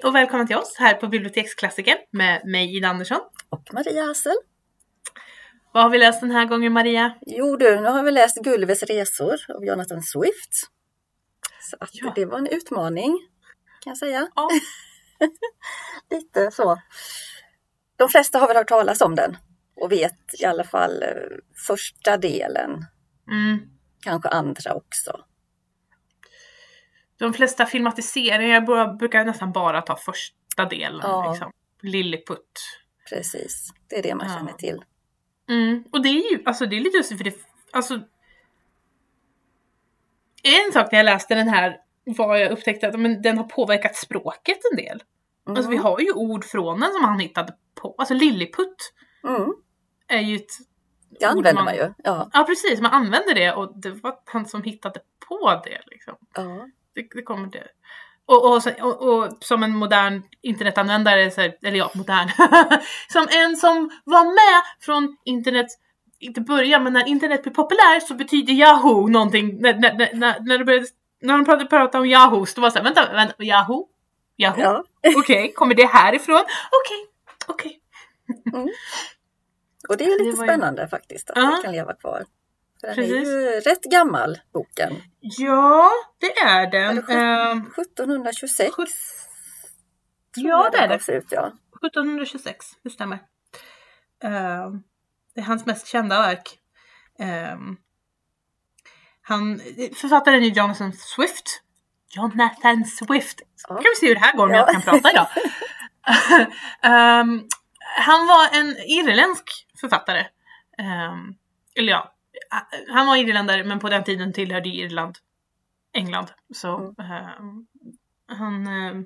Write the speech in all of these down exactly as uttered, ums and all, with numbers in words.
och välkomna till oss här på Biblioteksklassiker med mig Ida Andersson. Och Maria Hassel. Vad har vi läst den här gången, Maria? Jo du, nu har vi läst Gullives resor av Jonathan Swift. Så att ja. Det var en utmaning, kan jag säga. Ja. Lite så. De flesta har väl hört talas om den. Och vet i alla fall första delen. Mm. Kanske andra också. De flesta filmatiseringar brukar nästan bara ta första delen. Ja. Liksom. Lilliput. Precis, det är det man ja. känner till. Mm. Och det är ju, alltså det är lite just för det, alltså en sak när jag läste den här var jag upptäckte att men, den har påverkat språket en del. Mm. Alltså vi har ju ord från den som han hittade på, alltså Lilliput mm. är ju ett det använder man, man ju. Ja. ja, precis, man använder det och det var han som hittade på det liksom. Ja. Det, det kommer det. Och, och, och, och som en modern internetanvändare, så här, eller ja, modern. Som en som var med från internet, inte början, men när internet blev populär så betyder Yahoo någonting. När, när, när, när, det började, när de pratade, pratade om Yahoo, så var det så här, vänta, vänta, Yahoo? Yahoo? Ja. Okej, okay, kommer det härifrån? Okej, okay, okej. Okay. Mm. Och det är lite det spännande ju... faktiskt att uh-huh. det kan leva kvar. För den Precis. är ju rätt gammal, boken. Ja, det är den. Är det sjuttonhundratjugosex? sjut... Ja, det är det. Ut, ja. sjuttonhundratjugosex, det stämmer. Uh, det är hans mest kända verk. Uh, han, författaren är Jonathan Swift. Jonathan Swift. Ja. Kan vi se hur det här går om ja. jag kan prata idag. um, han var en irländsk författare. Um, eller ja. Han var irländare, men på den tiden tillhörde Irland England. Så mm. uh, han uh,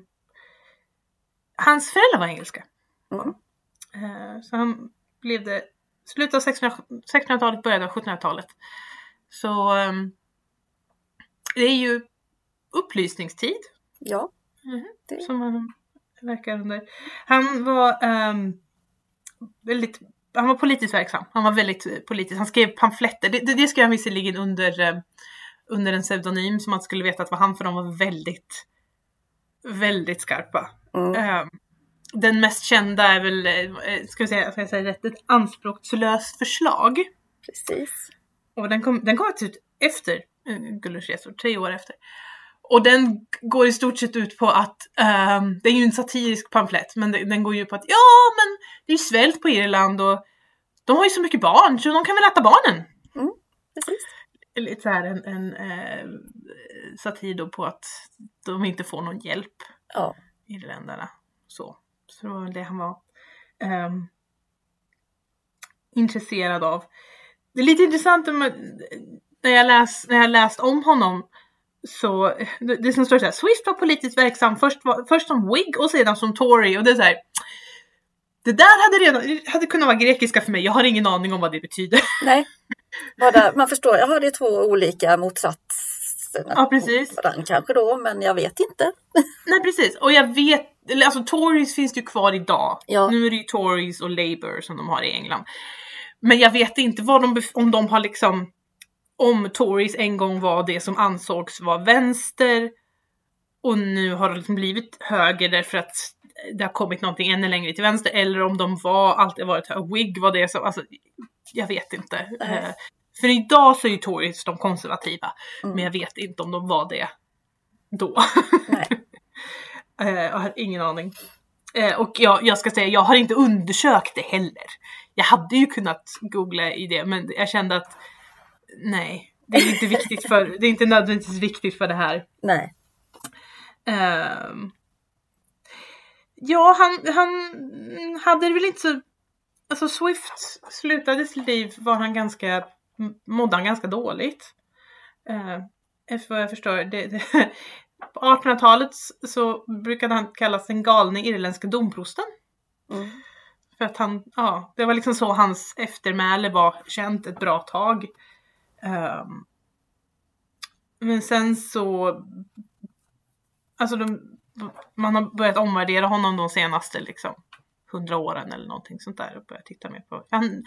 hans föräldrar var engelska. Mm. Uh, så han blev det slutet av sextonhundratalet, började av sjuttonhundratalet. Så um, det är ju upplysningstid. Ja. Mm, det. Som han verkar under. Han var um, väldigt Han var politiskt verksam. Han var väldigt politisk. Han skrev pamfletter. Det, det, det skrev han visserligen under, uh, under en pseudonym som man skulle veta att var han, för de var väldigt väldigt skarpa. Mm. Uh, den mest kända är väl, uh, ska vi säga, ska jag säga rätt, ett anspråkslöst förslag. Precis. Och den kom, den kom ut efter uh, Gullives resor, tre år efter. Och den går i stort sett ut på att um, det är ju en satirisk pamflett, men den, den går ju på att ja, men det är svält på Irland och de har ju så mycket barn så de kan väl äta barnen. Mm, precis. Lite så här en, en eh, satir då på att de inte får någon hjälp. Ja. Irländarna. Så. Så det var väl det han var um, intresserad av. Det är lite intressant när jag läst, när jag läst om honom. Så det, det som står så här: Swift var politiskt verksam först, först som Whig och sedan som Tory. Och det är så här, det där hade, redan, hade kunnat vara grekiska för mig. Jag har ingen aning om vad det betyder. Nej, bara, man förstår. Jag har det två olika motsatser. Ja, precis. Kanske då, men jag vet inte. Nej, precis. Och jag vet, alltså Tories finns ju kvar idag. Ja. Nu är det ju Tories och Labour som de har i England. Men jag vet inte vad de, om de har liksom, om Tories en gång var det som ansågs vara vänster och nu har det liksom blivit höger därför att det har kommit någonting ännu längre till vänster, eller om de var alltid varit här, Whig var det som, alltså jag vet inte. Mm. Uh, för idag så är ju Tories de konservativa, mm. men jag vet inte om de var det då. Nej. uh, jag har ingen aning. Uh, och jag, jag ska säga, jag har inte undersökt det heller. Jag hade ju kunnat googla i det, men jag kände att nej, det är inte viktigt för, det är inte nödvändigtvis viktigt för det här. Nej. Um, ja, han, han hade det väl inte så, alltså Swift slutade sitt liv, var han ganska, mådde han ganska dåligt. Uh, efter vad jag förstår, det, det, på artonhundratalet så brukade han kallas den galne irländska domprosten. Mm. För att han, ja, det var liksom så hans eftermäle var känt ett bra tag. Um, men sen så, alltså de, man har börjat omvärdera honom de senaste liksom hundra åren eller någonting sånt där och börjat titta mer på. Han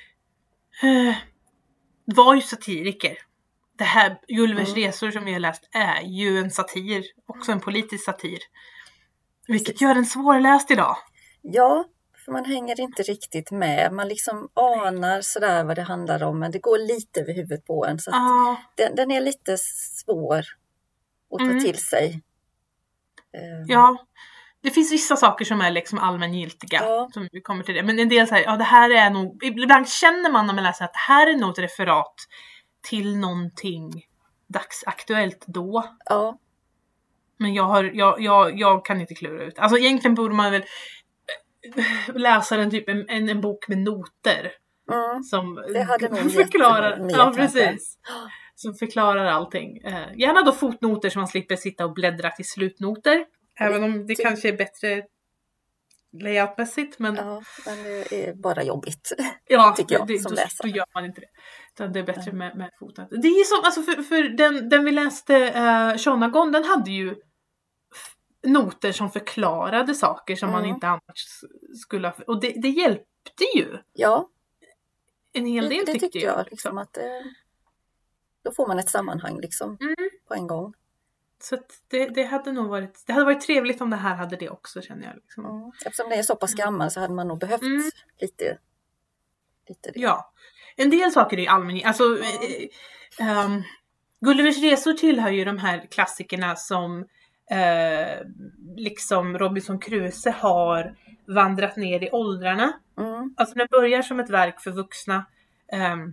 uh, var ju satiriker. Det här Gullives mm. resor som vi har läst är ju en satir, också en politisk satir. Vilket gör den svårläst idag. Ja, för man hänger inte riktigt med. Man liksom anar sådär vad det handlar om, men det går lite över huvudet på en. Så ah. den, den är lite svår att ta mm. till sig. Ja, det finns vissa saker som är liksom allmängiltiga. Ja. Som vi kommer till det. Men en del säger, ja det här är nog, ibland känner man när man läser att det här är nog ett referat till någonting dagsaktuellt då. Ja. Men jag, har, jag, jag, jag kan inte klura ut. Alltså egentligen borde man väl läsa en, typ, en, en, en bok med noter. Mm. Som det hade nog förklarar, ja precis. Som förklarar allting. Eh, gärna då fotnoter så man slipper sitta och bläddra till slutnoter. Även om det kanske är bättre layoutmässigt. Men... Ja, men det är bara jobbigt. Ja, tycker jag, det, som då, läsare. Då gör man inte det. Utan det är bättre med, med fotnoter. Det är som, alltså för, för den, den vi läste, uh, Shonagon, den hade ju noter som förklarade saker som mm. man inte annars skulle ha... Och det, det hjälpte ju. Ja. En hel del det, det tyckte, tyckte jag. Liksom att, eh, då får man ett sammanhang liksom mm. på en gång. Så att det, det hade nog varit, det hade varit trevligt om det här hade det också, känner jag. Liksom. Mm. Eftersom det är så pass gammal så hade man nog behövt mm. lite, lite det. Ja, en del saker är allmän. Alltså, mm. um, Gullivers resor tillhör ju de här klassikerna som uh, liksom Robinson Crusoe har vandrat ner i åldrarna. Mm. Alltså den börjar som ett verk för vuxna. Um,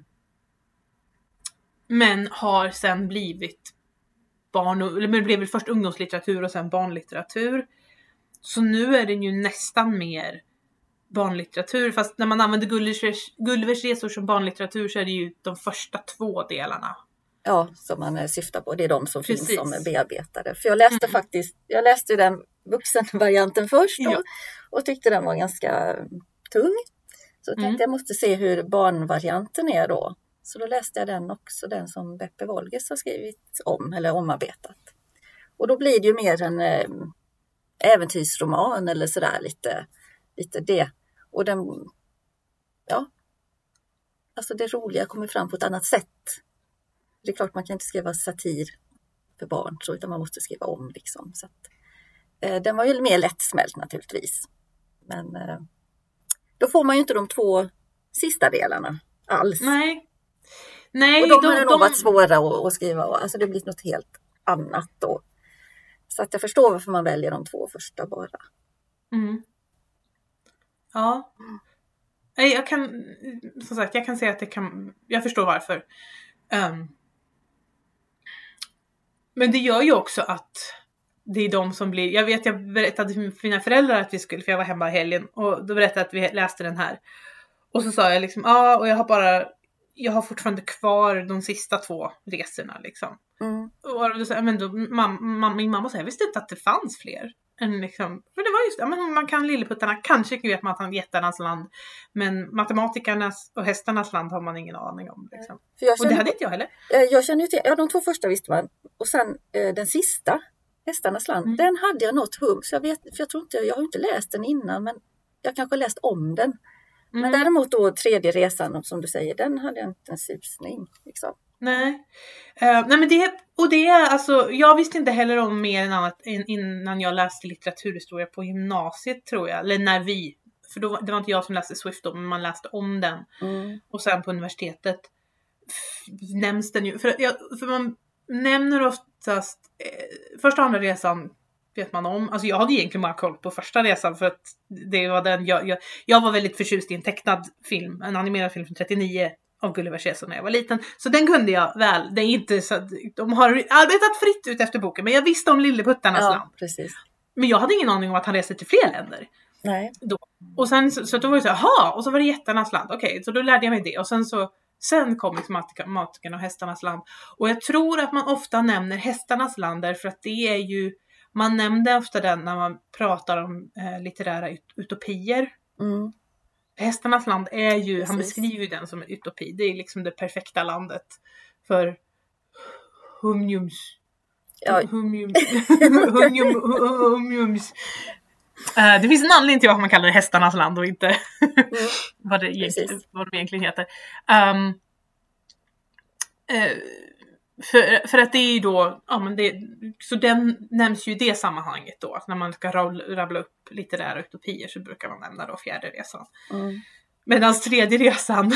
men har sen blivit barn, eller det blev väl först ungdomslitteratur och sen barnlitteratur. Så nu är den ju nästan mer barnlitteratur. Fast när man använder Gullivers, Gullivers resor som barnlitteratur så är det ju de första två delarna. Ja, som man syftar på. Det är de som Precis. finns som bearbetade. För jag läste mm. faktiskt, jag läste den vuxenvarianten först och, ja. och tyckte den var ganska tung. Så tänkte mm. jag måste se hur barnvarianten är då. Så då läste jag den också, den som Beppe Wolgers har skrivit om eller omarbetat. Och då blir det ju mer en eh, äventyrsroman eller sådär lite, lite det. Och den, ja, alltså det roliga kommer fram på ett annat sätt. Det är klart man kan inte skriva satir för barn så, utan man måste skriva om liksom. Så att, eh, den var ju mer lättsmält naturligtvis. Men eh, då får man ju inte de två sista delarna alls. Nej. Nej, och de, de har nog de... varit svåra att, att skriva. Alltså det blir något helt annat då. Så att jag förstår varför man väljer de två första bara. Mm. Ja. Nej, jag kan, som sagt, jag kan säga att det kan, jag förstår varför. Um, men det gör ju också att det är de som blir, jag vet, jag berättade för mina föräldrar att vi skulle, för jag var hemma i helgen, och då berättade jag att vi läste den här. Och så sa jag liksom, ja, ah, och jag har bara, jag har fortfarande kvar de sista två resorna liksom. Mm. Och då sa jag, men då, mam, mam, min mamma sa, jag visste inte att det fanns fler. Än liksom, för det var just, ja, men man kan Lilleputtarna, kanske vet man att han jättarnas land. Men matematikernas och hästarnas land har man ingen aning om. Liksom. För jag känner, och det hade inte jag heller. Jag känner ju till, ja de två första visste man. Och sen eh, den sista, hästarnas land, mm. den hade jag något hum. Så jag vet, för jag tror inte, jag har inte läst den innan, men jag kanske läst om den. Mm. Men däremot då tredje resan, som du säger, den hade jag inte en susning. Liksom. Nej. Uh, nej men det, och det är alltså, jag visste inte heller om mer än annat innan jag läste litteraturhistoria på gymnasiet tror jag. Eller när vi, för då, det var inte jag som läste Swift då, men man läste om den. Mm. Och sen på universitetet nämns den ju, för, jag, för man nämner oftast, eh, första och andra resan vet man om. Alltså jag hade egentligen bara koll på första resan för att det var den, jag, jag, jag var väldigt förtjust i en tecknad film, en animerad film från trettionio av Gullivers resor när jag var liten. Så den kunde jag väl. Det är inte så att de har arbetat fritt ut efter boken, men jag visste om Lilleputtarnas ja, land. Precis. Men jag hade ingen aning om att han reste till fler länder. Nej. Då. Och sen så, så då var det så här, aha, och så var det jättarnas land. Okej, okay, så då lärde jag mig det. Och sen så sen kom liksom matematikerna och hästarnas land. Och jag tror att man ofta nämner hästarnas land därför att det är ju, man nämnde ofta den när man pratar om eh, litterära ut- utopier. Mm. Hästarnas land är ju, Precis. han beskriver ju den som en utopi. Det är liksom det perfekta landet för humjums. Ja. Humjums. humjum, humjums. Uh, det finns en anledning till varför man kallar det hästarnas land och inte mm. vad, det egentligen, vad det egentligen heter. Um, uh, För, för att det är ju då, ja men det, så den nämns ju i det sammanhanget då. När man ska rabbla upp litterära utopier så brukar man nämna då fjärde resan. Mm. Medan tredje resan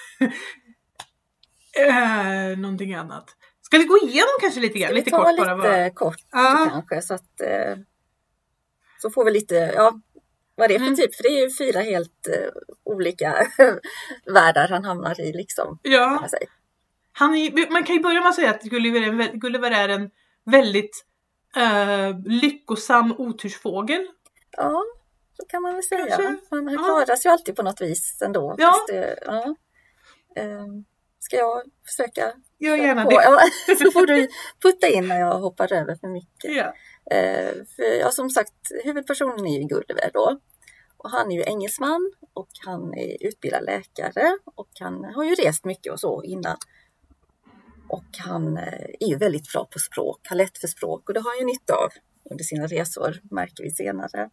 äh, någonting annat. Ska vi gå igenom kanske lite grann? Lite kort bara. Lite bara, kort ah. kanske. Så, att, eh, så får vi lite, ja, vad det är för mm. typ. För det är ju fyra helt eh, olika världar han hamnar i liksom. Ja. Kan man säga. Han är, man kan ju börja med att säga att Gulliver, Gulliver är en väldigt uh, lyckosam otursfågel. Ja, så kan man väl säga. Kanske. Han ja. klaras ju alltid på något vis ändå. Ja. Det, ja. Um, ska jag försöka? Gör gärna på? det. Ja, så får du putta in när jag hoppar över för mycket. Ja. Uh, för, ja, som sagt, huvudpersonen är ju Gulliver då. Och han är ju engelsman och han är utbildad läkare och han har ju rest mycket och så innan. Och han är ju väldigt bra på språk, har lätt för språk och det har han ju nytta av under sina resor, märker vi senare.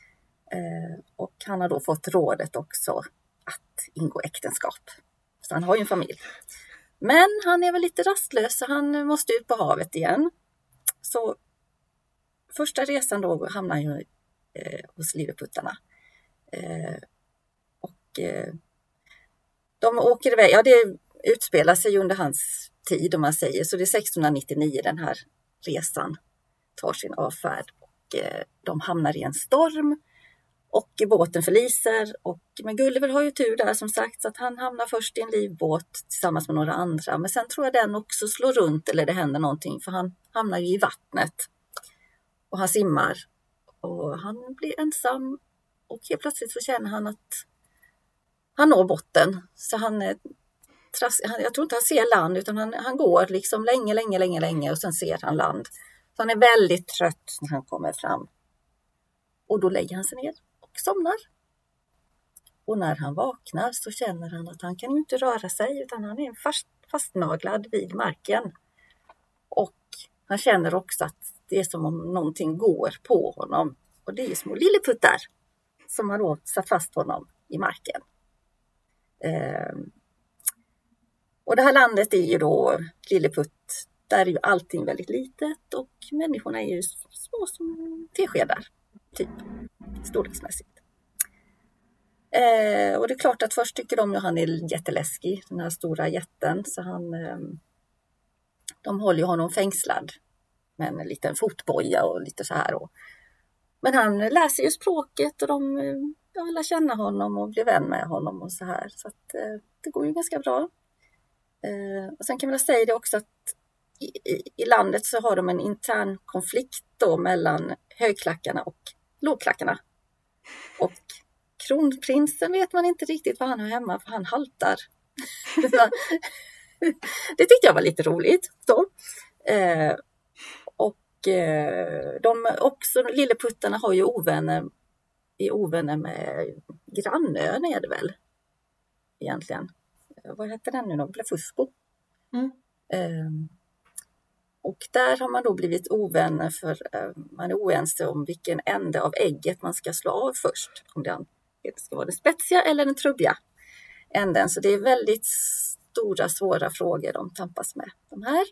Och han har då fått rådet också att ingå äktenskap. Så han har ju en familj. Men han är väl lite rastlös så han måste ut på havet igen. Så första resan då hamnar han ju eh, hos Lilleputtarna. Eh, och eh, de åker iväg, ja det utspelar sig under hans tid om man säger. Så det är sextonhundranittionio den här resan tar sin avfärd. Och eh, de hamnar i en storm. Och båten förliser. Och, men Gulliver har ju tur där som sagt. Så att han hamnar först i en livbåt tillsammans med några andra. Men sen tror jag den också slår runt eller det händer någonting. För han hamnar ju i vattnet. Och han simmar. Och han blir ensam. Och helt plötsligt så känner han att han når botten. Så han är jag tror inte han ser land utan han, han går liksom länge, länge, länge, länge och sen ser han land. Så han är väldigt trött när han kommer fram. Och då lägger han sig ner och somnar. Och när han vaknar så känner han att han kan ju inte röra sig utan han är fast, fastnaglad vid marken. Och han känner också att det är som om någonting går på honom. Och det är små lilleputtar som har då satt fast honom i marken. Ehm. Och det här landet är ju då Lilleputt, där är ju allting väldigt litet och människorna är ju små som teskedar, typ, storleksmässigt. Eh, och det är klart att först tycker de ju han är jätteläskig, den här stora jätten, så han, eh, de håller ju honom fängslad med en liten fotboja och lite så här. Och, men han läser ju språket och de ja, lär känna honom och blir vän med honom och så här, så att eh, det går ju ganska bra. Uh, och sen kan man säga det också att i, i, i landet så har de en intern konflikt då mellan högklackarna och lågklackarna. Och kronprinsen vet man inte riktigt vad han har hemma för han haltar. Det tyckte jag var lite roligt. Så. Uh, och uh, de också, Lilleputtarna har ju ovänner, är ovänner med grannön är det väl egentligen. Vad heter den nu då? Blefusco. Mm. Um, och där har man då blivit ovänner för um, man är oense om vilken ände av ägget man ska slå av först. Om det ska vara den spetsiga eller den trubbiga änden. Så det är väldigt stora, svåra frågor de tampas med. De här.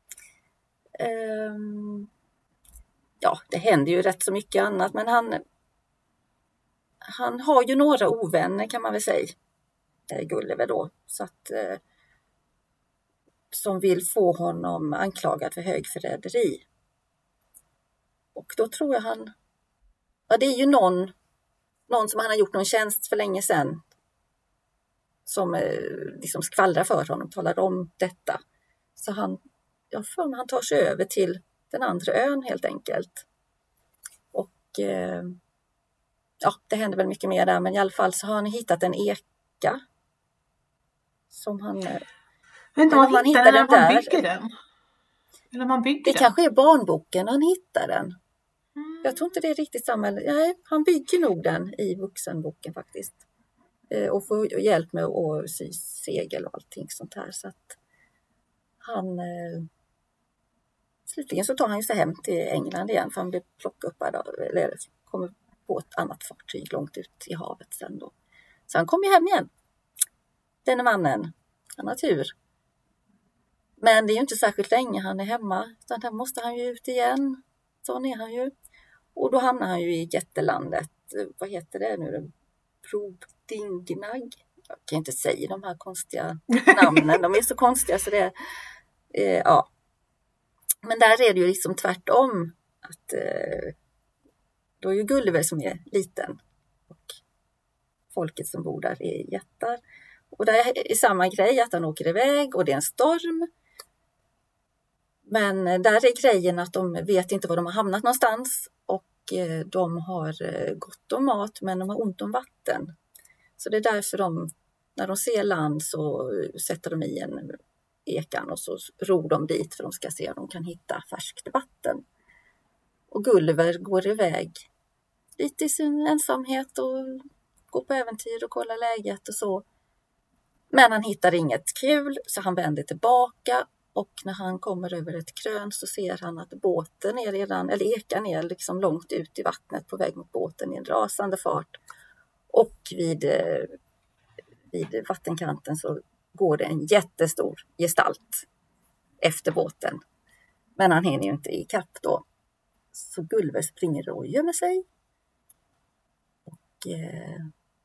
Um, ja, det händer ju rätt så mycket annat. Men han, han har ju några ovänner kan man väl säga. Gulliver då, så att eh, som vill få honom anklagad för högförräderi. Och då tror jag han ja det är ju någon någon som han har gjort någon tjänst för länge sedan som eh, liksom skvallrar för honom, talar om detta. Så han jag för mig han tar sig över till den andra ön helt enkelt. Och eh, ja, det händer väl mycket mer där, men i alla fall så har han hittat en eka som han... Men då han hittar den när man bygger den? Eller man bygger det den? Kanske är barnboken han hittar den. Mm. Jag tror inte det är riktigt samma. Nej, han bygger nog den i vuxenboken faktiskt. Eh, och får hjälp med att sy segel och allting sånt här. Så att han... Eh, slutligen så tar han ju sig hem till England igen. För han blir plockuppad av, eller kommer på ett annat fartyg långt ut i havet sen då. Så han kommer hem igen. Denne mannen, han har tur. Men det är ju inte särskilt länge han är hemma. Utan där måste han ju ut igen. Sån är han ju. Och då hamnar han ju i jättelandet. Vad heter det nu? Brobdingnag. Jag kan inte säga de här konstiga namnen. De är så konstiga så det är... Eh, ja. Men där är det ju liksom tvärtom. Att eh, då är ju Gulliver som är liten. Och folket som bor där är jättar. Och det är samma grej att han åker iväg och det är en storm. Men där är grejen att de vet inte var de har hamnat någonstans. Och de har gott om mat men de har ont om vatten. Så det är därför de, när de ser land så sätter de i en ekan och så ror de dit för de ska se om de kan hitta färskt vatten. Och Gulliver går iväg lite i sin ensamhet och går på äventyr och kollar läget och så. Men han hittar inget kul så han vänder tillbaka och när han kommer över ett krön så ser han att båten är redan, eller ekan är liksom långt ut i vattnet på väg mot båten i en rasande fart. Och vid, vid vattenkanten så går det en jättestor gestalt efter båten. Men han hinner ju inte i kapp då. Så Gulliver springer och gömmer sig. Och eh,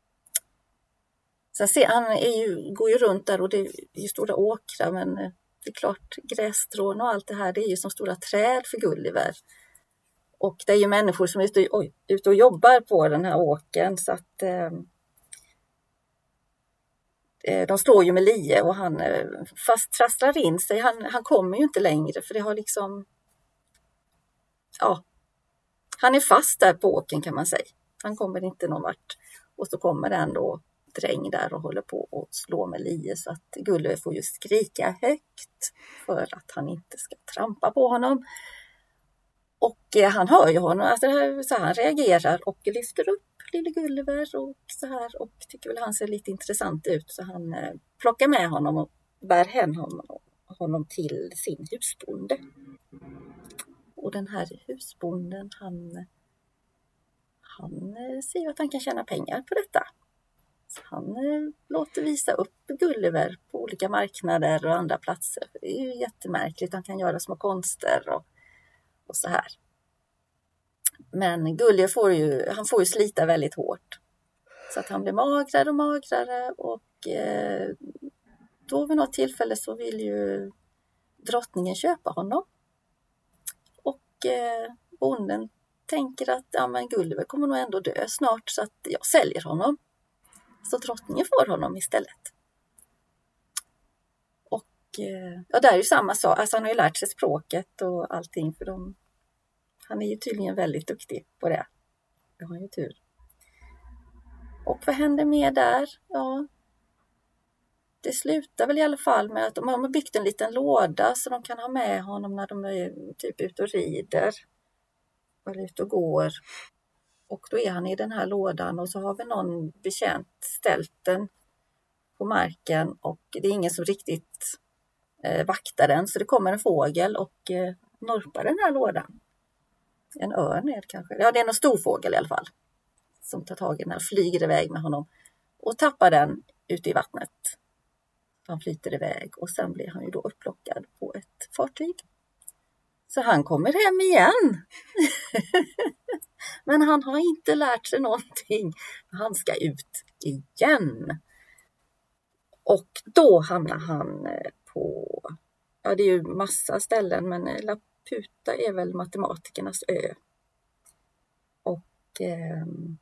så ser, han är ju, går ju runt där och det är ju stora åkrar men det är klart grässtrån och allt det här det är ju som stora träd för Gulliver. Och det är ju människor som är ute, oj, ute och jobbar på den här åkern så att eh, de slår ju med lie och han eh, fast trasslar in sig. Han, han kommer ju inte längre för det har liksom ja, han är fast där på åkern kan man säga. Han kommer inte någon vart. Och så kommer den då dräng där och håller på att slå med lie så att Gulliver får ju skrika högt för att han inte ska trampa på honom. Och eh, han hör ju honom, alltså det här, så han reagerar och lyfter upp lille Gulliver och så här och tycker väl han ser lite intressant ut så han eh, plockar med honom och bär hem honom, honom till sin husbonde. Och den här husbonden han, han säger att han kan tjäna pengar på detta. Så han låter visa upp Gulliver på olika marknader och andra platser. För det är ju jättemärkligt, han kan göra små konster och, och så här. Men Gulliver får ju, han får ju slita väldigt hårt. Så att han blir magrare och magrare och eh, då vid något tillfälle så vill ju drottningen köpa honom. Och eh, bonden tänker att ja, men Gulliver kommer nog ändå dö snart så att jag säljer honom. Så drottningen får honom istället. Och eh, ja, det är ju samma sak. Alltså han har ju lärt sig språket och allting för dem. Han är ju tydligen väldigt duktig på det. Det har ju tur. Och vad händer med där? Ja, det slutar väl i alla fall med att de har byggt en liten låda så de kan ha med honom när de är typ ute och rider. Eller ute och går. Och då är han i den här lådan och så har vi någon betjänt ställt den på marken och det är ingen som riktigt eh, vaktar den. Så det kommer en fågel och eh, norpar den här lådan. En örn är det kanske. Ja, det är en stor fågel i alla fall. Som tar tag i den här, flyger iväg med honom och tappar den ute i vattnet. Han flyter iväg och sen blir han ju då upplockad på ett fartyg. Så han kommer hem igen. Men han har inte lärt sig någonting. Han ska ut igen. Och då hamnar han på, ja det är ju massa ställen men Laputa är väl matematikernas ö. Och eh,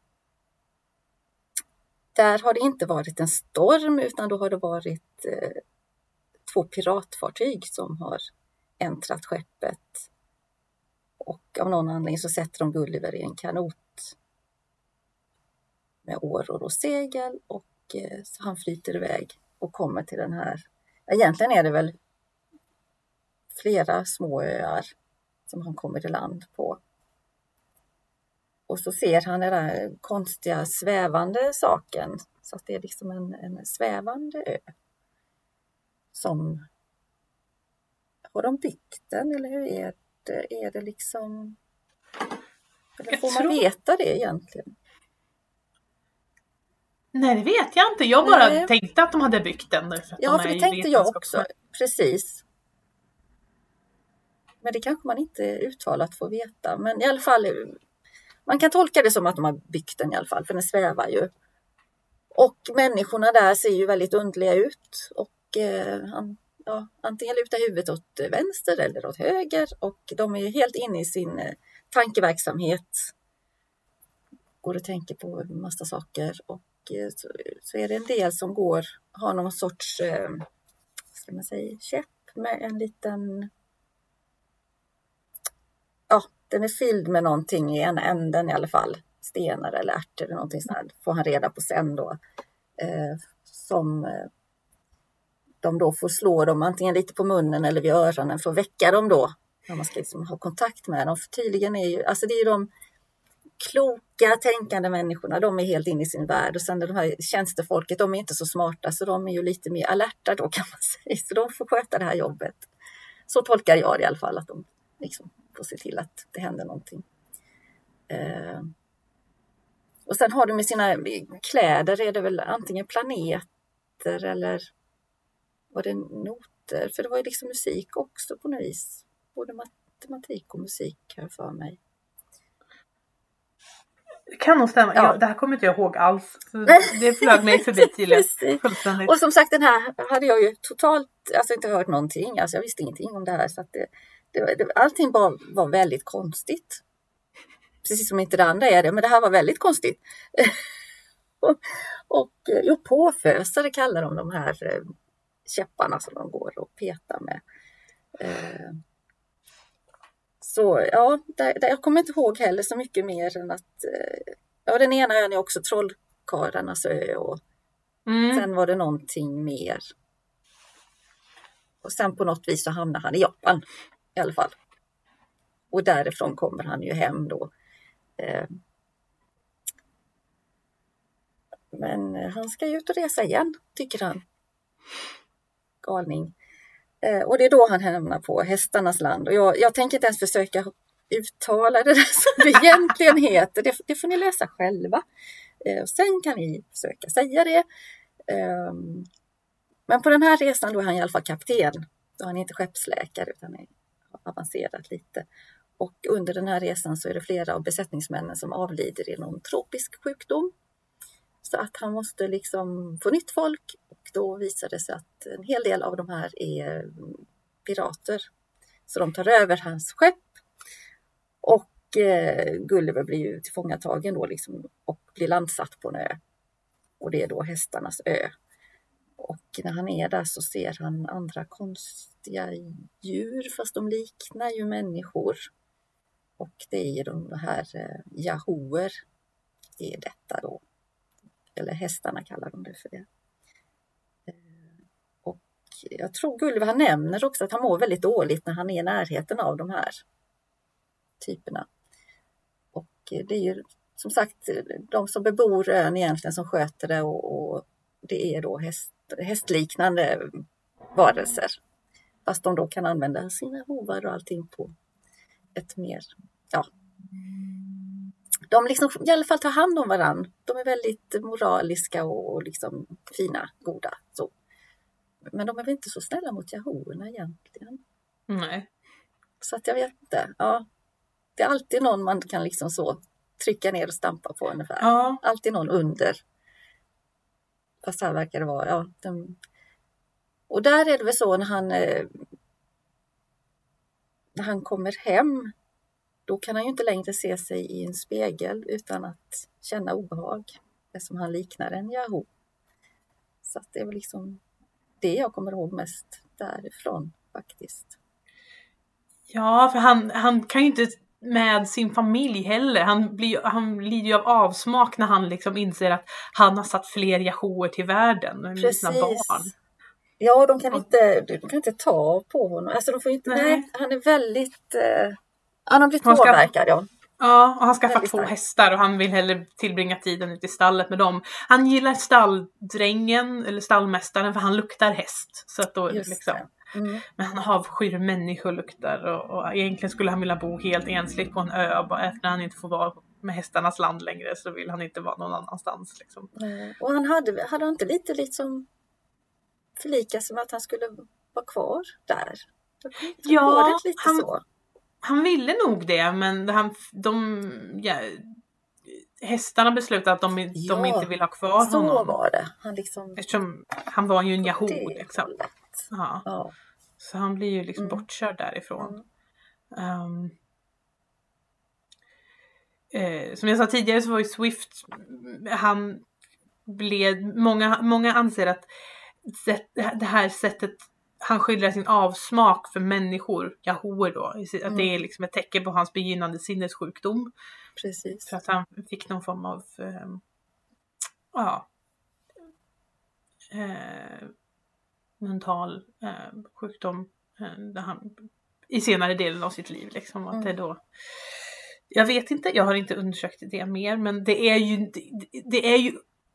där har det inte varit en storm utan då har det varit eh, två piratfartyg som har äntrat skeppet. Och av någon anledning så sätter de Gulliver i en kanot med åror och segel och eh, så han flyter iväg och kommer till den här. Egentligen är det väl flera små öar som han kommer till land på. Och så ser han den där konstiga svävande saken. Så att det är liksom en, en svävande ö. Som, har de byggt den eller hur är det? Är det liksom... Eller får man tror... veta det egentligen? Nej, det vet jag inte. Jag bara Nej. tänkte att de hade byggt den. För att ja, de för är det tänkte jag också. Precis. Men det kanske man inte uttalat får veta. Men i alla fall, man kan tolka det som att de har byggt den i alla fall, för den svävar ju. Och människorna där ser ju väldigt underliga ut. Och eh, ja, antingen lutar huvudet åt vänster eller åt höger. Och de är ju helt inne i sin eh, tankeverksamhet. Går och tänker på en massa saker. Och eh, så, så är det en del som går, har någon sorts, eh, vad ska man säga, käpp med en liten... Ja, den är fylld med någonting i ena änden i alla fall. Stenar eller ärtor eller någonting sånt. Får han reda på sen då. Eh, som eh, de då får slå dem antingen lite på munnen eller vid öronen för att väcka dem då. När man ska liksom ha kontakt med dem. För tydligen är ju, alltså det är ju de kloka, tänkande människorna. De är helt inne i sin värld. Och sen de här tjänstefolket, de är inte så smarta. Så de är ju lite mer alerta då, kan man säga. Så de får sköta det här jobbet. Så tolkar jag i alla fall, att de liksom får se till att det händer någonting. Eh, och sen har de med sina kläder, är det väl antingen planeter eller var det noter? För det var ju liksom musik också på något vis. Både matematik och musik här för mig. Det kan nog stämma. Ja. Jag, det här kommer inte jag ihåg alls. Så det flög mig förbi till fullständigt. Och som sagt, den här hade jag ju totalt alltså inte hört någonting. Alltså jag visste ingenting om det här. Så att det, det, det, allting bara var väldigt konstigt. Precis som inte det andra är det. Men det här var väldigt konstigt. och, och jo, påfösare kallar de de här käpparna som de går och petar med. Eh, Så ja, där, där, jag kommer inte ihåg heller så mycket mer än att eh, ja, den ena ön är också Trollkarlarnas ö och mm. sen var det någonting mer. Och sen på något vis så hamnar han i Japan i alla fall. Och därifrån kommer han ju hem då. Eh, men han ska ju ut och resa igen, tycker han. Galning. Och det är då han hamnar på hästarnas land. Och jag, jag tänker inte ens försöka uttala det där som det egentligen heter. Det, det får ni läsa själva. Och sen kan ni försöka säga det. Men på den här resan då är han i alla fall kapten. Då är han inte skeppsläkare utan är avancerat lite. Och under den här resan så är det flera av besättningsmännen som avlider i någon tropisk sjukdom. Så att han måste liksom få nytt folk. Och då visar det sig att en hel del av de här är pirater. Så de tar över hans skepp. Och eh, Gulliver blir ju tillfångatagen då liksom. Och blir landsatt på en ö. Och det är då hästarnas ö. Och när han är där så ser han andra konstiga djur. Fast de liknar ju människor. Och det är ju de här eh, jahoer. Det är detta då. Eller hästarna kallar de det för det. Och jag tror Gulliver, han nämner också att han mår väldigt dåligt när han är i närheten av de här typerna. Och det är ju som sagt de som bebor ön egentligen som sköter det. Och, och det är då häst, hästliknande varelser. Fast de då kan använda sina hovar och allting på ett mer... ja. De liksom i alla fall tar hand om varann. De är väldigt moraliska och liksom fina, goda. Så. Men de är väl inte så snälla mot jahoerna egentligen. Nej. Så att jag vet inte. Ja. Det är alltid någon man kan liksom så trycka ner och stampa på ungefär. Ja. Alltid någon under. Fast här verkar det vara. Ja, de... Och där är det väl så när han, eh... när han kommer hem. Då kan han ju inte längre se sig i en spegel utan att känna obehag. Eftersom han liknar en Yahoo. Så att det är väl liksom det jag kommer ihåg mest därifrån faktiskt. Ja, för han, han kan ju inte med sin familj heller. Han, blir, han lider ju av avsmak när han liksom inser att han har satt fler Yahooer till världen. Med sina barn. Ja, de kan, inte, de kan inte ta på honom. Alltså de får inte, nej. nej han är väldigt... Eh, Han har blivit påverkad, ja. Ja, och han skaffar två hästar och han vill hellre tillbringa tiden ute i stallet med dem. Han gillar stalldrängen eller stallmästaren för han luktar häst. Så att då liksom. Mm. Men han avskyr människoluktar och, och egentligen skulle han vilja bo helt ensligt på en ö. Bara efter han inte får vara med hästarnas land längre så vill han inte vara någon annanstans. Liksom. Mm. Och han hade, hade inte lite liksom förlika som att han skulle vara kvar där. Ja, lite han... så. han ville nog det, men han, de, ja, hästarna beslutade att de, Ja, de inte vill ha kvar så honom. var det. Han liksom... Eftersom han var ju en Yahoo. Det Liksom. Ja. Ja. Så han blir ju liksom Mm. bortkörd därifrån. Mm. Um, eh, som jag sa tidigare så var ju Swift, han blev, många, många anser att det här sättet han skildrar sin avsmak för människor, Yahoo då, att Mm. det är liksom ett tecken på hans begynnande sinnessjukdom. Precis. För att han fick någon form av eh, ja eh, mental eh, sjukdom eh, där han, i senare delen av sitt liv liksom, att Mm. det då, jag vet inte, jag har inte undersökt det mer, men det är ju det, det är ju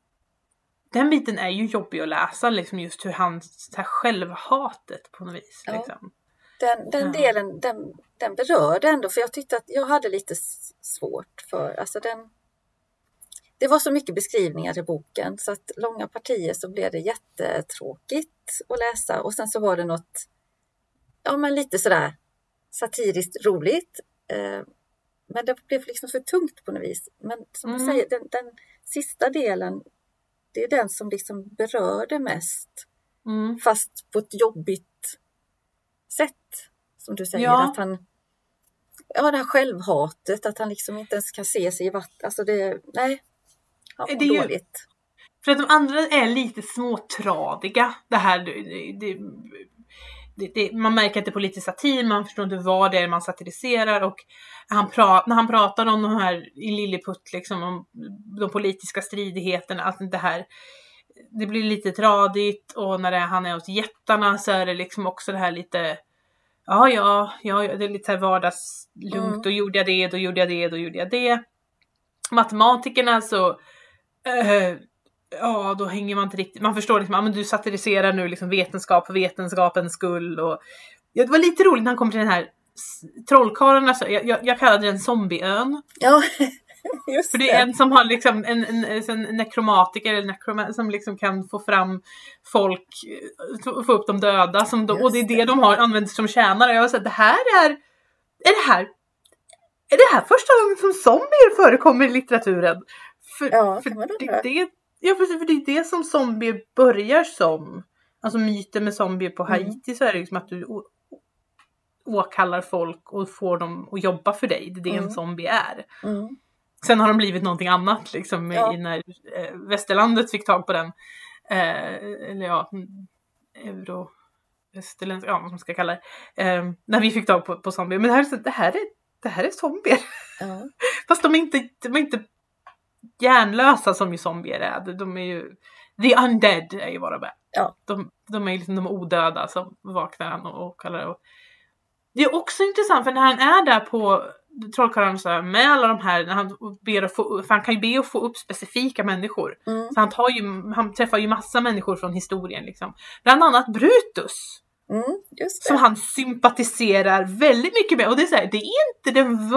den biten är ju jobbig att läsa, liksom, just hur han, så här, självhatet på något vis. Ja. Liksom. Den, den Ja. delen, den, den berörde ändå, för jag tyckte att jag hade lite s- svårt för, alltså den, det var så mycket beskrivningar i boken så att långa partier så blev det jättetråkigt att läsa, och sen så var det något, ja men lite sådär satiriskt roligt, eh, men det blev liksom för tungt på något vis. Men som Mm. du säger, den, den sista delen, det är den som liksom berörde mest. Mm. Fast på ett jobbigt sätt. Som du säger, Ja. att han... Ja, det här självhatet, att han liksom inte ens kan se sig i vatten. Alltså det... Nej, han Det mår är ju- dåligt. För att de andra är lite småtradiga. Det här, det, det, det, det, man märker att det är politisk satir, man förstår inte vad det är man satiriserar, och han pra, när han pratar om de här i Lilliput, liksom, om de politiska stridigheterna, allt det här, det blir lite tradigt, och när det, han är hos jättarna så är det liksom också det här lite, ja ja, ja det är lite så här vardagslugnt, Mm. då gjorde jag det, då gjorde jag det, då gjorde jag det. Matematikerna så eh, ja, då hänger man inte riktigt, man förstår liksom, ja, men du satiriserar nu liksom vetenskap för vetenskapens skull, och ja, det var lite roligt när han kom till den här s- trollkarlarna, så jag, jag, jag kallade den zombieön, Ja, just för det är en som har liksom en, en, en, en nekromatiker eller nekroma, som liksom kan få fram folk, eh, få upp de döda, som de, och det är det, Just det. de har använt som tjänare. Jag har sagt, det här är, är det här är det här första gången som zombier förekommer i litteraturen? För, Ja, för kan man det, undra. det, ja, för, för det är det som zombier börjar som. Alltså myten med zombier på Mm. Haiti, så är det liksom att du å, åkallar folk och får dem att jobba för dig. Det är det Mm. en zombie är. Mm. Sen har de blivit någonting annat liksom, Ja. i, när eh, västerlandet fick tag på den. Eh, eller ja, mm, euro... Västerländsk, ja, vad man ska kalla det. Eh, när vi fick tag på, på zombier. Men det här, är så- det här är det här är zombier. Ja. Fast de är inte, de är inte hjärnlösa som ju zombier är. De är ju, the undead är ju vad de är. Ja. De, de är ju liksom de odöda som vaknar han och, och kallar det. Och det är också intressant, för när han är där på trollkarlarna så här, med alla de här, när han ber att få, för han kan ju be att få upp specifika människor. Mm. Så han tar ju, han träffar ju massa människor från historien liksom. Bland annat Brutus. Mm. Just Som det. han sympatiserar väldigt mycket med. Och det är så här, det är inte den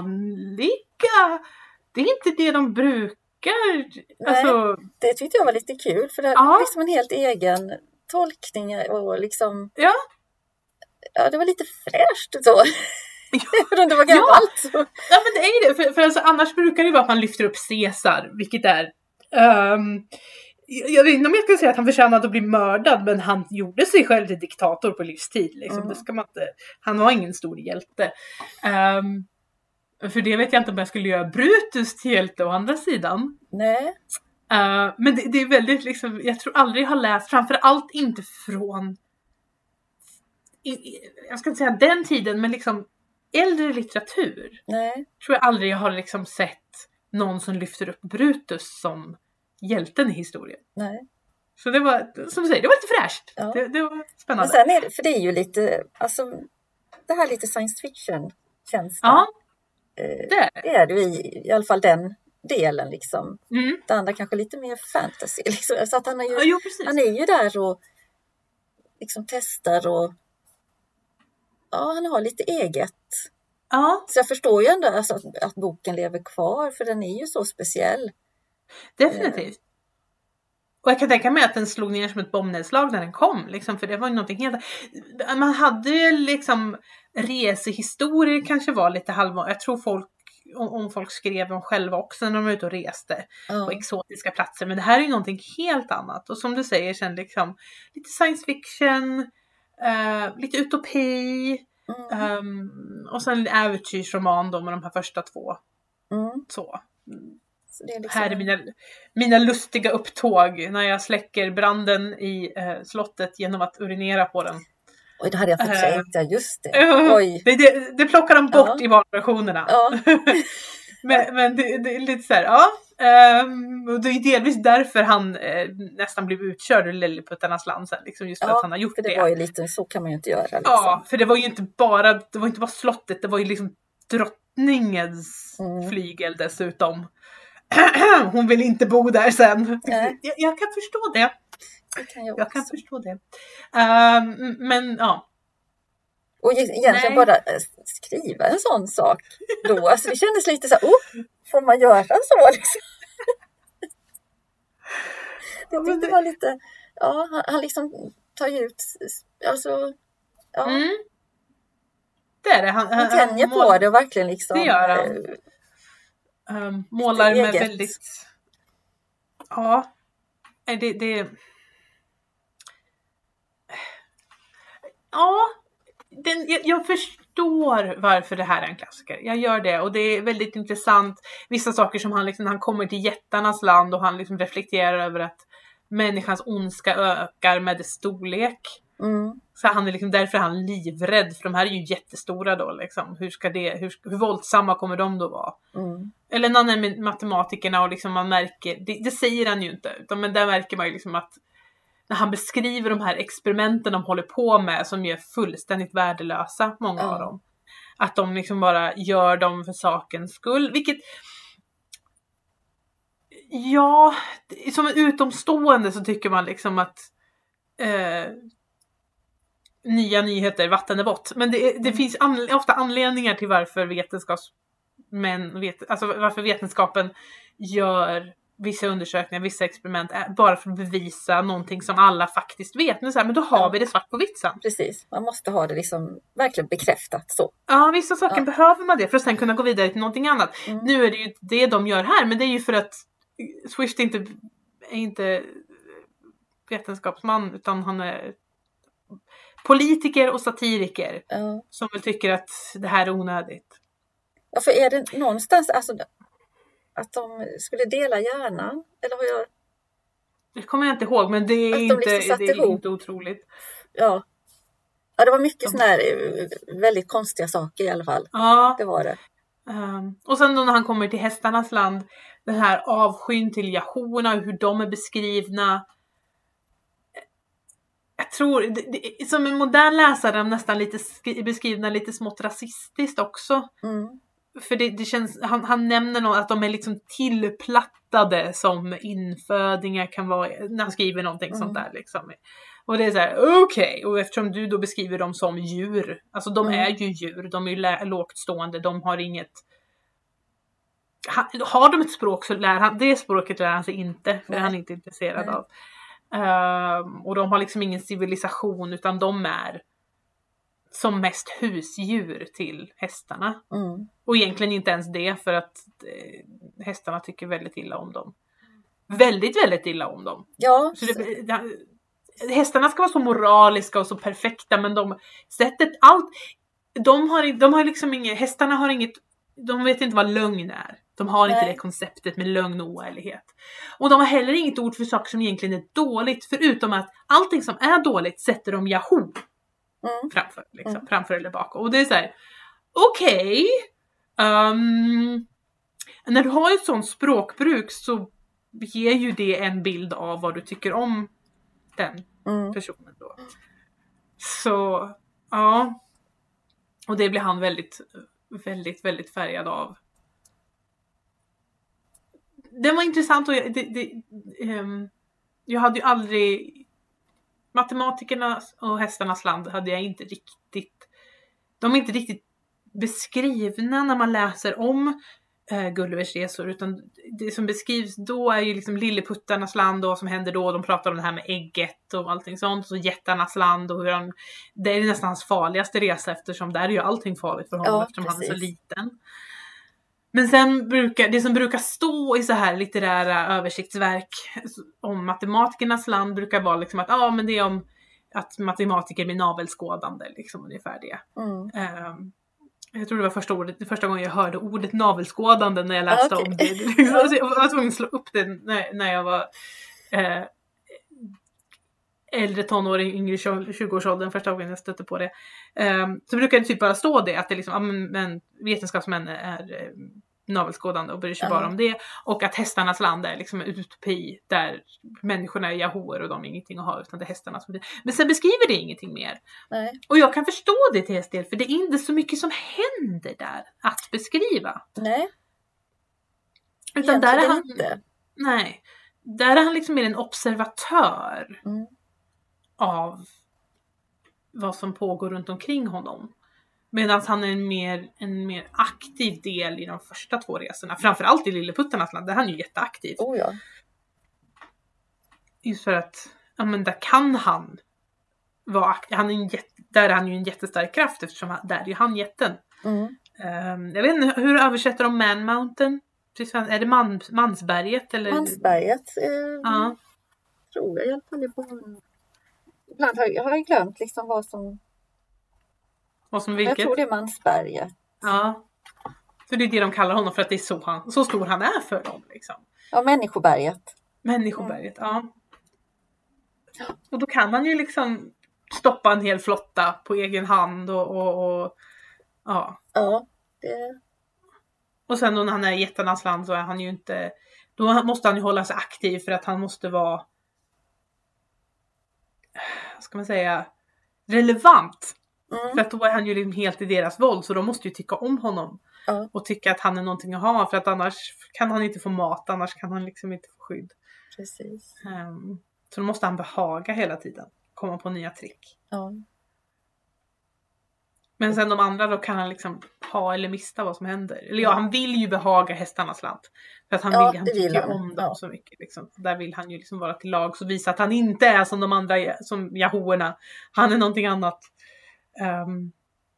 vanliga. Det är inte det de brukar. Alltså, Det tyckte jag var lite kul, för det Ja. var liksom en helt egen tolkning och liksom... ja. Ja, det var lite fräscht så. Ja. Även om det var Ja. gammalt. Så. Ja, men det är ju det. För, för alltså, annars brukar det vara att man lyfter upp Caesar. Vilket är... Um, jag vet inte om jag ska säga att han förtjänade att bli mördad. Men han gjorde sig själv till diktator på livstid. Liksom. Mm. Det ska man inte, han var ingen stor hjälte. Um, för det vet jag inte om jag skulle göra Brutus till hjälte å andra sidan. Nej. Uh, men det, det är väldigt liksom, jag tror aldrig jag har läst, framförallt inte från i, i, jag ska inte säga den tiden, men liksom äldre litteratur. Nej. Tror jag aldrig jag har liksom sett någon som lyfter upp Brutus som hjälten i historien. Nej. Så det var, som du säger, det var lite fräscht. Ja. Det, det var Men spännande. sen är det, för det är ju lite, alltså det här lite science fiction känns det. Ja, Eh, det är det. det är det ju i, i alla fall den delen liksom. Mm. Det andra kanske lite mer fantasy liksom. Så att han är Ja, ju, jo, precis. han är ju där och liksom testar och ja, han har lite eget. Ja, Så jag förstår ju ändå alltså, att, att boken lever kvar, för den är ju så speciell. definitivt. Och jag kan tänka mig att den slog ner som ett bombnedslag när den kom. Liksom, för det var ju någonting helt... Man hade ju liksom resehistorier kanske var lite halvmål. Jag tror folk, om, om folk skrev om själva också när de var ute och reste mm. på exotiska platser. Men det här är ju någonting helt annat. Och som du säger sen liksom lite science fiction, uh, lite utopi. Mm. Um, och sen en äventyrsroman då med de här första två. Mm. Så. Så det är liksom... Här är mina, mina lustiga upptåg när jag släcker branden i uh, slottet genom att urinera på den. Oj, det hade jag förträngt, uh, just det. Oj. Det, det, det plockar de bort ja. i valversionerna. Ja. men men det, det är lite så här, ja. Um, och det är delvis därför han eh, nästan blev utkörd ur Lilliputtarnas land sen, liksom, just för ja, att han har gjort för det. det var ju lite, så kan man ju inte göra. Liksom. Ja, för det var ju inte bara, det var inte bara slottet, det var ju liksom drottningens mm. flygel dessutom. Hon vill inte bo där sen. Jag, jag kan förstå det. Det kan jag, jag kan förstå det. Um, men ja. Och egentligen Nej. bara skriva en sån sak då. Alltså det kändes lite så här, oh, får man göra så liksom? Jag tyckte det var lite, ja, han, han liksom tar ut, alltså, ja. Mm. Det är det. Han, han, han tänjer på mål... det och verkligen liksom. Det gör han. Um, målar med eget. Väldigt, ja, det, det, ja, den, jag, jag förstår varför det här är en klassiker. Jag gör det och det är väldigt intressant. Vissa saker som han liksom, han kommer till jättarnas land och han liksom reflekterar över att människans ondska ökar med dess storlek. Mm. Så han är liksom, därför är han livrädd, för de här är ju jättestora då liksom. Hur ska det, hur, hur våldsamma kommer de då vara? Mm. Eller när han är med matematikerna och liksom man märker, det, det säger han ju inte, utan men där märker man ju liksom att när han beskriver de här experimenten de håller på med som är fullständigt värdelösa, många mm. av dem. Att de liksom bara gör dem för sakens skull, vilket ja, som en utomstående så tycker man liksom att eh, nya nyheter, vatten är vått. Men det, det mm. finns an, ofta anledningar till varför vetenskapsmän, vet, alltså varför vetenskapen gör vissa undersökningar, vissa experiment bara för att bevisa någonting som alla faktiskt vet. Men, så här, men då har ja. vi det svart på vitt sen. Precis, man måste ha det liksom verkligen bekräftat så. Ja, vissa saker ja. behöver man det för att sen kunna gå vidare till någonting annat. Mm. Nu är det ju det de gör här, men det är ju för att Swift inte är inte vetenskapsman, utan han är politiker och satiriker ja. som väl tycker att det här är onödigt. Ja, för är det någonstans alltså, att de skulle dela hjärnan? Eller vad jag... Det kommer jag inte ihåg, men det är, de inte, liksom det är inte otroligt. Ja. Ja, det var mycket de... sådana här väldigt konstiga saker i alla fall. Ja. Det var det. Um, och sen då när han kommer till hästarnas land, den här avskyn till Yahorna och hur de är beskrivna. Jag tror, det, det, som en modern läsare, de nästan lite skri- beskrivna lite smått rasistiskt också. Mm. För det, det känns, han, han nämner nog att de är liksom tillplattade som infödingar kan vara, när han skriver någonting mm. sånt där liksom. Och det är så här, okej, okay. Och eftersom du då beskriver dem som djur, alltså de mm. är ju djur, de är ju lä- lågt stående, de har inget, ha, har de ett språk så lär han, det språket lär han sig inte, för Nej. han är inte intresserad Nej. av. Um, och de har liksom ingen civilisation, utan de är som mest husdjur till hästarna. Mm. Och egentligen inte ens det, för att eh, hästarna tycker väldigt illa om dem. Väldigt, väldigt illa om dem. Ja. Så det, det, hästarna ska vara så moraliska och så perfekta, men de sättet allt, de har, de har liksom inget, hästarna har inget, de vet inte vad lögn är. De har Nej. inte det konceptet med lögn och oärlighet. Och de har heller inget ord för saker som egentligen är dåligt, förutom att allting som är dåligt sätter de Yahoo mm. framför, liksom, mm. framför eller bakom. Och det är så här, okej, okay, um, när du har ett sånt språkbruk så ger ju det en bild av vad du tycker om den mm. personen då. Så, ja. Och det blir han väldigt, väldigt, väldigt färgad av. Det var intressant och jag, det, det, um, jag hade ju aldrig, matematikernas och hästarnas land hade jag inte riktigt, de är inte riktigt beskrivna när man läser om äh, Gullivers resor, utan det som beskrivs då är ju liksom lilleputtarnas land och vad som händer då. De pratar om det här med ägget och allting sånt, och så jättarnas land och hur han, det är nästan hans farligaste resa, eftersom där är ju allting farligt för honom, Ja, eftersom precis. han är så liten. Men sen brukar, det som brukar stå i så här litterära översiktsverk om matematikernas land brukar vara liksom att, ja men det är om att matematiker blir navelskådande, liksom ungefär det. Mm. Um, jag tror det var första, ordet, det första gången jag hörde ordet navelskådande när jag läste Okay. om det. Jag var tvungen att slå upp det när, när jag var eh, äldre tonåring, yngre tjugoårsåldern, första gången jag stötte på det. Um, så brukar det typ bara stå det, att det liksom, ja, men, men vetenskapsmän är eh, navelskådande och bryr sig Mm. bara om det. Och att hästarnas land är liksom en utopi där människorna är jahoer och de har ingenting att ha, utan det är hästarna som... Men sen beskriver det ingenting mer. Nej. Och jag kan förstå det till en del, för det är inte så mycket som händer där att beskriva. Nej. Utan där är han... Inte. Nej. Där är han liksom mer en observatör Mm. av vad som pågår runt omkring honom. Medan han är en mer, en mer aktiv del i de första två resorna. Framförallt i Lilleputtarnas land, där han är ju jätteaktiv. Oh ja. Just för att, ja men där kan han vara aktiv. Han är en jätte, där är han ju en jättestark kraft, eftersom han, där är ju han jätten. Mm. Um, jag vet inte, hur översätter de Man Mountain? Är det man, Mansberget? Eller? Mansberget. Eh, Ja. Tror jag i alla fall i barn. Ibland har jag, har jag glömt liksom vad som... Vad som Jag vilket? tror det är Mansberget. Ja. Så det är det de kallar honom, för att det är så, han, så stor han är för dem. Liksom. Ja, Människoberget. Människoberget, ja. Och då kan han ju liksom stoppa en hel flotta på egen hand och, och, och ja. Ja, det... Och sen då när han är i jättarnas land så är han ju inte, då måste han ju hålla sig aktiv, för att han måste vara, vad ska man säga, relevant. Mm. För att då är han ju liksom helt i deras våld, så de måste ju tycka om honom. Ja. Och tycka att han är någonting att ha, för att annars kan han inte få mat, annars kan han liksom inte få skydd. Precis. Um, så då måste han behaga hela tiden, komma på nya trick. Ja. Men sen de andra, då kan han liksom ha eller mista vad som händer. Eller ja, han vill ju behaga hästarnas land. För att han, Ja, vill, han det vill tycker han. om dem Ja. så mycket. Liksom. Där vill han ju liksom vara till lag, så visa att han inte är som de andra, som jahoerna. Han är någonting annat. Um,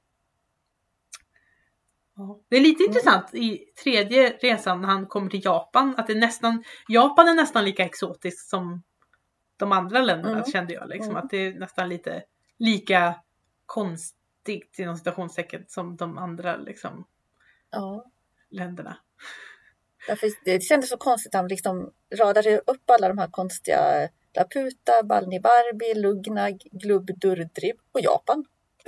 ja. Det är lite Mm. intressant i tredje resan när han kommer till Japan. Att det är nästan, Japan är nästan lika exotiskt som de andra länderna, Mm. kände jag. Liksom. Mm. Att det är nästan lite lika konstigt inom citationstecken som de andra liksom, Ja. länderna. Därför, det kändes så konstigt att han liksom radade upp alla de här konstiga Laputa, Balni Barbi, Lugna, Glubb, Durdrib och Japan.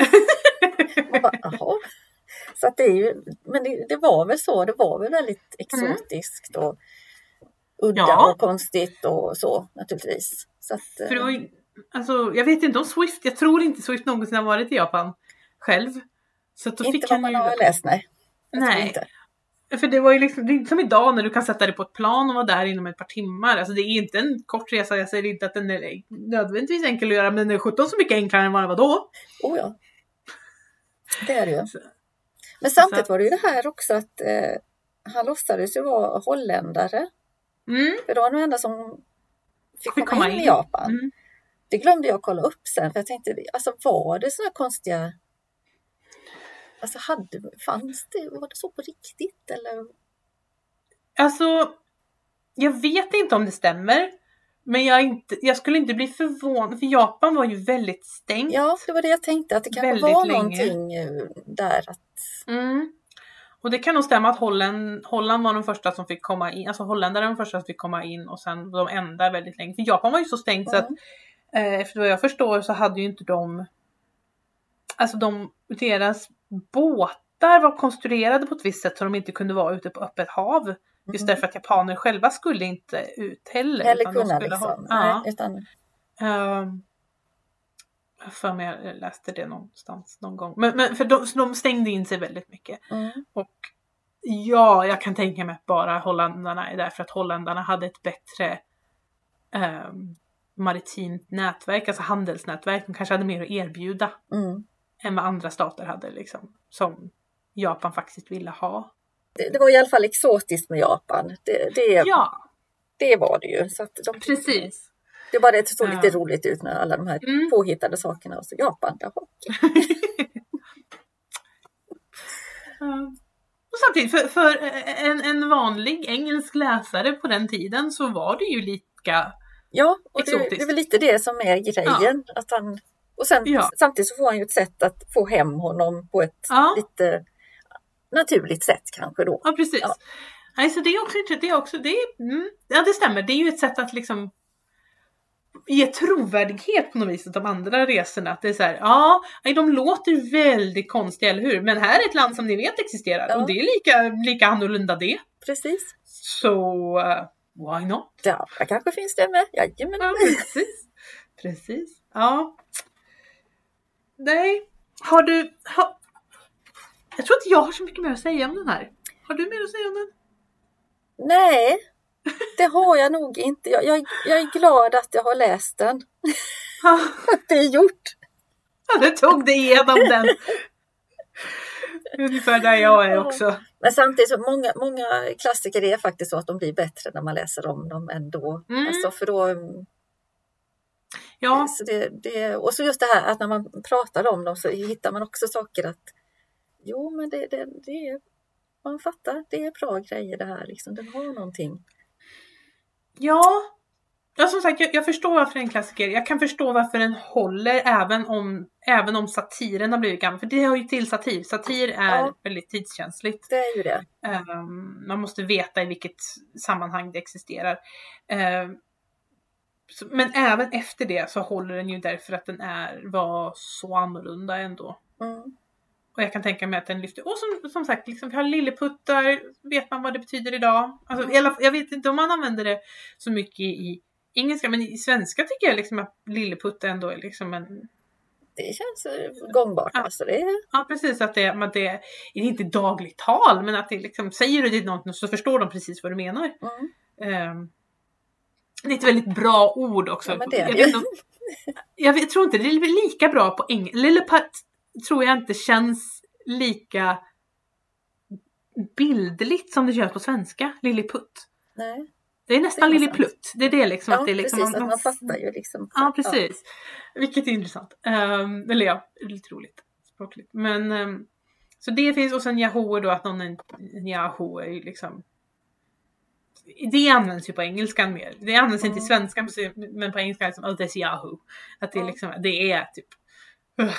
Man bara, jaha. Så att det är ju, men det, det var väl så, det var väl väldigt exotiskt och udda Ja. och konstigt och så naturligtvis. Så att, För det var ju, alltså, jag vet inte om Swift, jag tror inte Swift någonsin har varit i Japan själv. Så att då inte fick vad han man ju... har läst, nej. Jag tror Nej. inte. För det var ju liksom, det är inte som idag när du kan sätta dig på ett plan och vara där inom ett par timmar. Alltså det är inte en kort resa, jag säger inte att den är nödvändigtvis enkel att göra, men den är sjutton så mycket enklare än vad det var då. Oh ja. Det är det ju. Så, Men samtidigt så- var det ju det här också att eh, han låtsades ju vara holländare. mm, För det var nog enda som fick fick komma, in, i Japan. Mm. Det glömde jag kolla upp sen. För jag tänkte, alltså var det såna konstiga... Alltså hade, fanns det, var det så på riktigt eller? Alltså, jag vet inte om det stämmer. Men jag, är inte, jag skulle inte bli förvånad, för Japan var ju väldigt stängt. Ja, det var det jag tänkte, att det kanske Väldigt var länge. någonting eh, där att... Mm. Och det kan nog stämma att Holland, Holland var de första som fick komma in. Alltså Holländare var de första som fick komma in, och sen de enda väldigt länge. För Japan var ju så stängt så att, eh, efter vad jag förstår så hade ju inte de... Alltså de, deras båtar var konstruerade på ett visst sätt så de inte kunde vara ute på öppet hav. Just därför att japaner själva skulle inte ut heller. Eller utan de kunna skulle liksom. Ha, ja. Nej, utan, Um, för mig jag läste det någonstans någon gång. Men, men för de, de stängde in sig väldigt mycket. mm, Och ja, jag kan tänka mig att bara holländarna är där för att holländarna hade ett bättre um, maritimt nätverk, alltså handelsnätverk. De kanske hade mer att erbjuda mm. än vad andra stater hade liksom. Som Japan faktiskt ville ha. det, det var i alla fall exotiskt med Japan. Det, det, Ja. det var det ju. Så att de, Precis. Det bara det såg Ja. lite roligt ut med alla de här Mm. påhittade sakerna. Och så Japan, jaha. Ja. Och samtidigt, för, för en, en vanlig engelsk läsare på den tiden så var det ju lika Ja, och det, exotiskt. det är väl lite det som är grejen. Ja. Att han, och sen, Ja. samtidigt så får han ju ett sätt att få hem honom på ett Ja. lite naturligt sätt kanske då. Ja, precis. Ja. Nej, så det är också, det är också, det är, mm, ja det stämmer, det är ju ett sätt att liksom ge trovärdighet på något vis åt de andra resorna. Att det är så här, ja, de låter väldigt konstiga, eller hur? Men här är ett land som ni vet existerar. Ja. Och det är lika, lika annorlunda det. Precis. Så, uh, why not? Ja, det kanske finns det med. Jajamän. Ja, precis. Precis. Ja. Nej. Har du... Har... Jag tror inte jag har så mycket mer att säga om den här. Har du mer att säga om den? Nej, det har jag nog inte. Jag, jag, jag är glad att jag har läst den. Ja, Det är gjort. du tog dig igenom den. Ungefär där jag är också. Men samtidigt så många, många klassiker är faktiskt så att de blir bättre när man läser om dem ändå. Mm. Alltså för då... Ja, Så det, det, och så just det här att när man pratar om dem så hittar man också saker att jo men det, det, det är, man fattar, det är bra grejer det här liksom, den har någonting. ja. Ja, som sagt, jag, jag förstår varför det är en klassiker. Jag kan förstå varför den håller även om, även om satiren har blivit gammal. För det har ju till satir. Satir är Ja. väldigt tidskänsligt. Det är ju det. Um, man måste veta i vilket sammanhang det existerar. Um, så, men även efter det så håller den ju därför att den är, var så annorlunda ändå. Mm. Och jag kan tänka mig att den lyfter. Och som, som sagt, liksom, vi har lilleputtar. Vet man vad det betyder idag? Alltså, i alla, jag vet inte om man använder det så mycket i engelska. Men i svenska tycker jag liksom att lilleputt ändå är liksom en... Det känns gångbart. Ja. Alltså det är... Ja, precis. Att det, att det är inte dagligt tal. Men att det liksom, säger du det något så förstår de precis vad du menar. Mm. Um, det är ett väldigt bra ord också. Ja, men det är jag, det. vet, inte- jag vet, tror inte det är lika bra på engelska. Lilleputt tror jag inte känns lika bildligt som det görs på svenska. Lilleputt. Nej. Det är nästan Det är lilleplutt. Det är det liksom. Ja, att det är liksom precis. Att man fattar ju liksom. Ja, precis. Vilket är intressant. Um, eller ja, lite roligt. Språkligt. Men, um, så det finns, och sen Yahoo då, att någon är en Yahoo är ju liksom... Det används ju på engelskan mer. Det används inte i svenskan, men på engelska är det som, oh, det är Yahoo. Att det är liksom, det är typ... Uh,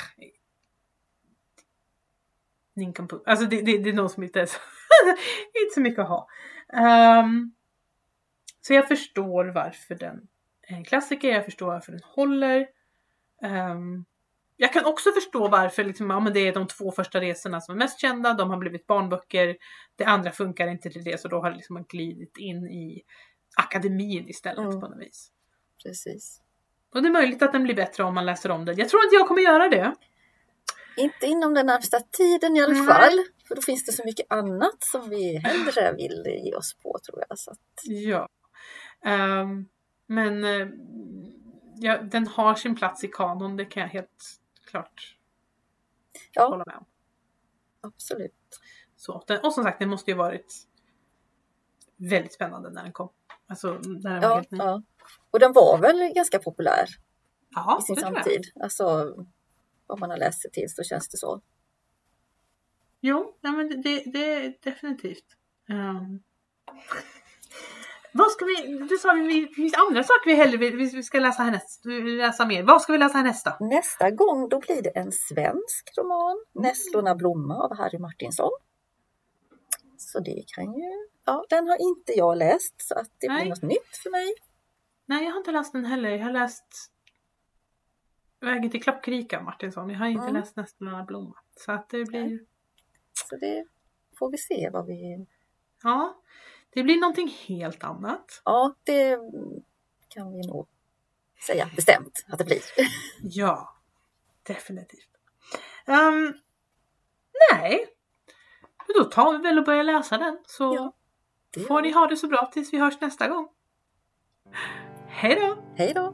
nincompoop. Alltså det, det, det är någon som inte är så, inte så mycket att ha. Um, så jag förstår varför den är en klassiker. Jag förstår varför den håller. Um, jag kan också förstå varför liksom, ja, men det är de två första resorna som är mest kända. De har blivit barnböcker. Det andra funkar inte till det. Så då har det liksom glidit in i akademin istället Mm. på något vis. Precis. Och det är möjligt att den blir bättre om man läser om den. Jag tror inte jag kommer göra det. Inte inom den närmsta tiden i alla Nej. fall. För då finns det så mycket annat som vi hellre vill ge oss på, tror jag. Så att... Ja. Um, men uh, ja, den har sin plats i kanon. Det kan jag helt klart Ja. hålla med om. Absolut. Så, den, och som sagt, den måste ju varit väldigt spännande när den kom. Alltså när den var Ja, helt ny. ja. Och den var väl ganska populär Ja, i sin det tror jag. samtid. Alltså, vad man har läst sig till så känns det så. Jo, nej, men det, det, det är definitivt. Um, vad ska vi, det sa vi, det finns andra saker vi hellre vill, vi ska läsa härnäst, läsa mer. Vad ska vi läsa härnästa? Nästa gång då blir det en svensk roman. Nässlorna blomma av Harry Martinsson. Så det kan ju... Ja, den har inte jag läst så att det Nej. blir något nytt för mig. Nej, jag har inte läst den heller. Jag har läst Vägen till Klockrika, Martinsson. Jag har inte Mm. läst Nässlorna blomma. Så att det blir... Nej. Så det får vi se vad vi... Ja, det blir någonting helt annat. Ja, det kan vi nog säga bestämt att det blir. Ja, definitivt. Um, nej, men då tar vi väl och börjar läsa den. Så Ja, det får ni ha det så bra tills vi hörs nästa gång. Hej då! Hej då!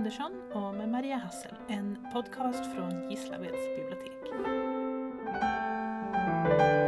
Andersson och med Maria Hassel, en podcast från Gislaveds bibliotek.